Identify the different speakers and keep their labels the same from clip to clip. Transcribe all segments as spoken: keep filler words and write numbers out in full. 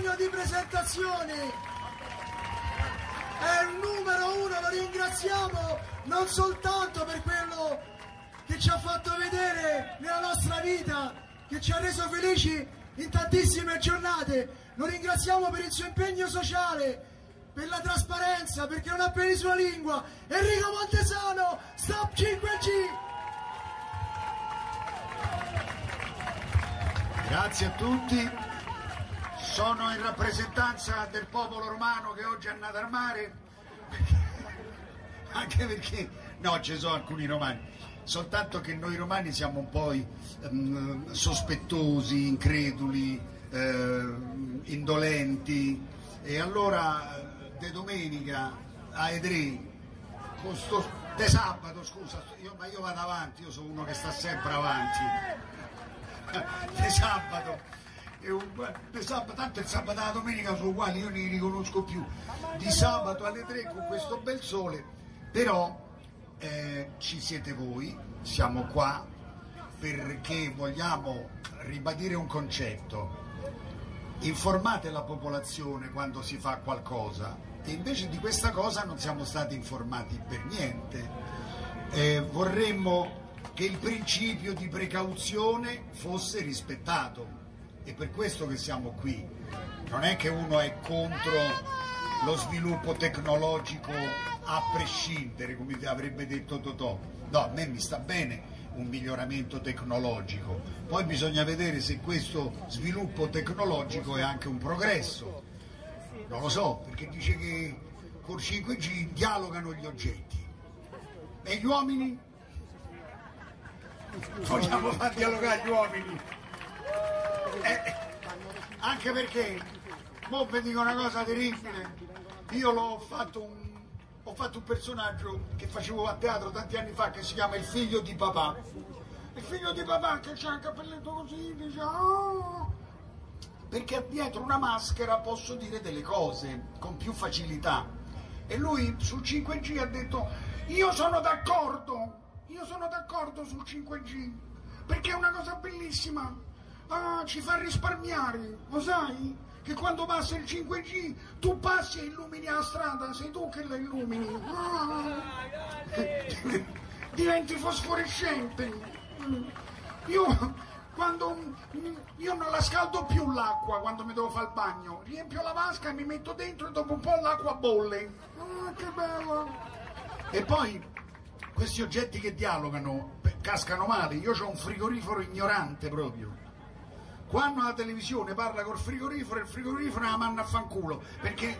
Speaker 1: bisogno di presentazioni. È il numero uno, lo ringraziamo non soltanto per quello che ci ha fatto vedere nella nostra vita, che ci ha reso felici in tantissime giornate, lo ringraziamo per il suo impegno sociale, per la trasparenza, perché non ha perso la lingua. Enrico Montesano, Stop cinque G!
Speaker 2: Grazie a tutti, sono in rappresentanza del popolo romano che oggi è andato al mare, anche perché, no, ci sono alcuni romani, soltanto che noi romani siamo un po' um, sospettosi, increduli, eh, indolenti, e allora de domenica ai tre, con sto, de sabato, scusa, io, ma io vado avanti, io sono uno che sta sempre avanti. Di sabato, e un, di sabato, tanto il sabato e la domenica sono uguali, io non li riconosco più. Di sabato alle tre con questo bel sole, però eh, ci siete voi, siamo qua perché vogliamo ribadire un concetto: informate la popolazione quando si fa qualcosa, e invece di questa cosa non siamo stati informati per niente. Eh, vorremmo che il principio di precauzione fosse rispettato, e per questo che siamo qui. Non è che uno è contro lo sviluppo tecnologico a prescindere, come avrebbe detto Totò. No, a me mi sta bene un miglioramento tecnologico, poi bisogna vedere se questo sviluppo tecnologico è anche un progresso. Non lo so, perché dice che col cinque G dialogano gli oggetti e gli uomini. Vogliamo far dialogare gli uomini, eh, anche perché, mo vi dico una cosa terribile, io l'ho fatto un, ho fatto un personaggio che facevo a teatro tanti anni fa, che si chiama Il figlio di papà. Il figlio di papà che c'ha il cappelletto così, dice oh! Perché dietro una maschera posso dire delle cose con più facilità, e lui sul cinque G ha detto io sono d'accordo. Io sono d'accordo sul cinque G, perché è una cosa bellissima, ah, ci fa risparmiare, lo sai? Che quando passa il cinque G tu passi e illumini la strada, sei tu che la illumini, ah, diventi fosforescente. Io, quando, io non la scaldo più l'acqua quando mi devo fare il bagno, riempio la vasca e mi metto dentro e dopo un po' l'acqua bolle, ah, che bello. E poi questi oggetti che dialogano cascano male. Io ho un frigorifero ignorante proprio. Quando la televisione parla col frigorifero, il frigorifero la manda a fanculo, perché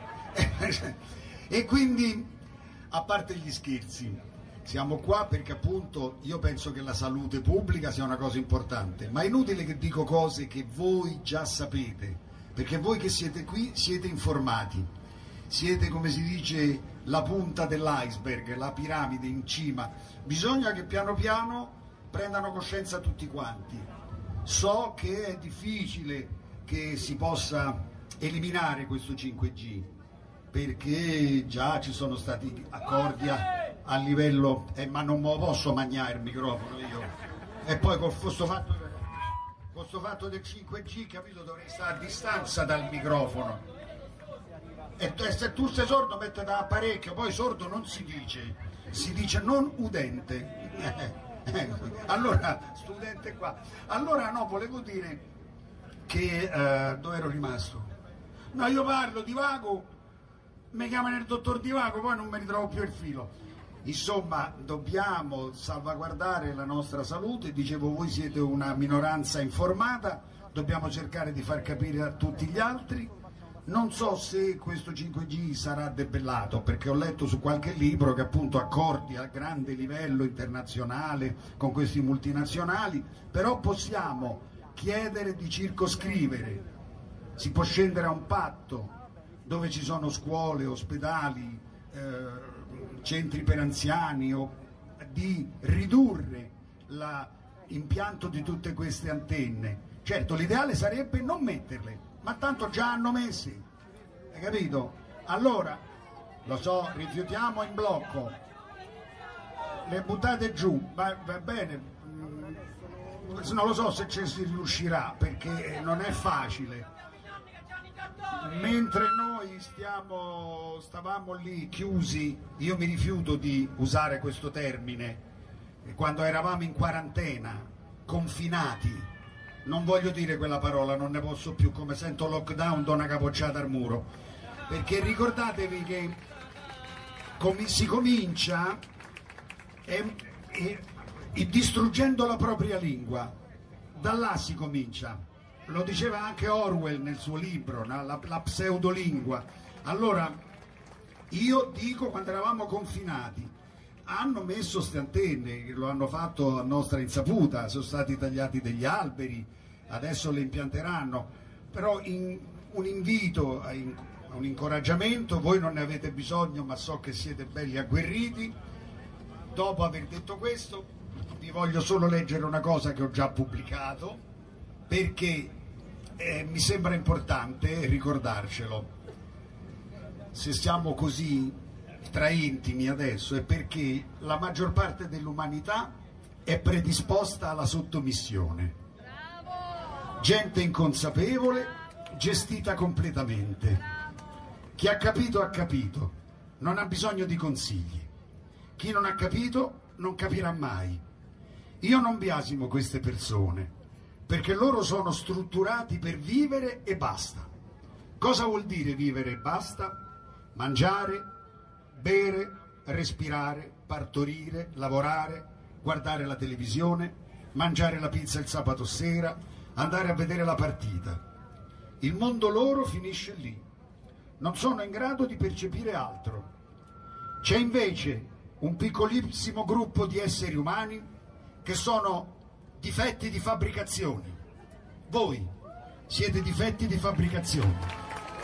Speaker 2: e quindi, a parte gli scherzi, siamo qua perché appunto io penso che la salute pubblica sia una cosa importante, ma è inutile che dico cose che voi già sapete, perché voi che siete qui siete informati, siete, come si dice, la punta dell'iceberg, la piramide in cima. Bisogna che piano piano prendano coscienza tutti quanti. So che è difficile che si possa eliminare questo cinque G, perché già ci sono stati accordi a, a livello, eh, ma non me lo posso mangiare il microfono io, e poi con questo fatto, con questo fatto del cinque G, capito, dovrei stare a distanza dal microfono. E se tu sei sordo mettete l'apparecchio, poi sordo non si dice, si dice non udente. Allora, studente qua. Allora no, volevo dire che, eh, dove ero rimasto? No, io parlo, divago, mi chiamano il dottor Divago, poi non mi ritrovo più il filo. Insomma, dobbiamo salvaguardare la nostra salute, dicevo voi siete una minoranza informata, dobbiamo cercare di far capire a tutti gli altri. Non so se questo cinque G sarà debellato, perché ho letto su qualche libro che appunto accordi a grande livello internazionale con questi multinazionali, però possiamo chiedere di circoscrivere, si può scendere a un patto dove ci sono scuole, ospedali, eh, centri per anziani, o di ridurre l'impianto di tutte queste antenne. Certo, l'ideale sarebbe non metterle, ma tanto già hanno messi, hai capito? Allora, lo so, rifiutiamo in blocco, le buttate giù, va, va bene, non lo so se ci si riuscirà, perché non è facile. mentre noi stiamo, stavamo lì chiusi, io mi rifiuto di usare questo termine, quando eravamo in quarantena, confinati, non voglio dire quella parola, non ne posso più, come sento lockdown do una capocciata al muro, perché ricordatevi che com- si comincia e, e, e distruggendo la propria lingua, da là si comincia, lo diceva anche Orwell nel suo libro, la, la, la pseudolingua. Allora io dico, quando eravamo confinati hanno messo queste antenne, lo hanno fatto a nostra insaputa, sono stati tagliati degli alberi, adesso le impianteranno, però in, un invito, in, un incoraggiamento, voi non ne avete bisogno ma so che siete belli agguerriti. Dopo aver detto questo vi voglio solo leggere una cosa che ho già pubblicato, perché eh, mi sembra importante ricordarcelo. Se siamo così tra intimi adesso è perché la maggior parte dell'umanità è predisposta alla sottomissione. Gente inconsapevole, gestita completamente. Chi ha capito ha capito, non ha bisogno di consigli. Chi non ha capito non capirà mai. Io non biasimo queste persone, perché loro sono strutturati per vivere e basta. Cosa vuol dire vivere e basta? Mangiare, bere, respirare, partorire, lavorare, guardare la televisione, mangiare la pizza il sabato sera, andare a vedere la partita. Il mondo loro finisce lì. Non sono in grado di percepire altro. C'è invece un piccolissimo gruppo di esseri umani che sono difetti di fabbricazione. Voi siete difetti di fabbricazione,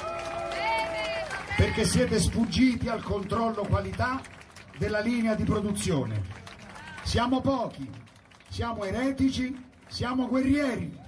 Speaker 2: perché siete sfuggiti al controllo qualità della linea di produzione. Siamo pochi, siamo eretici, siamo guerrieri.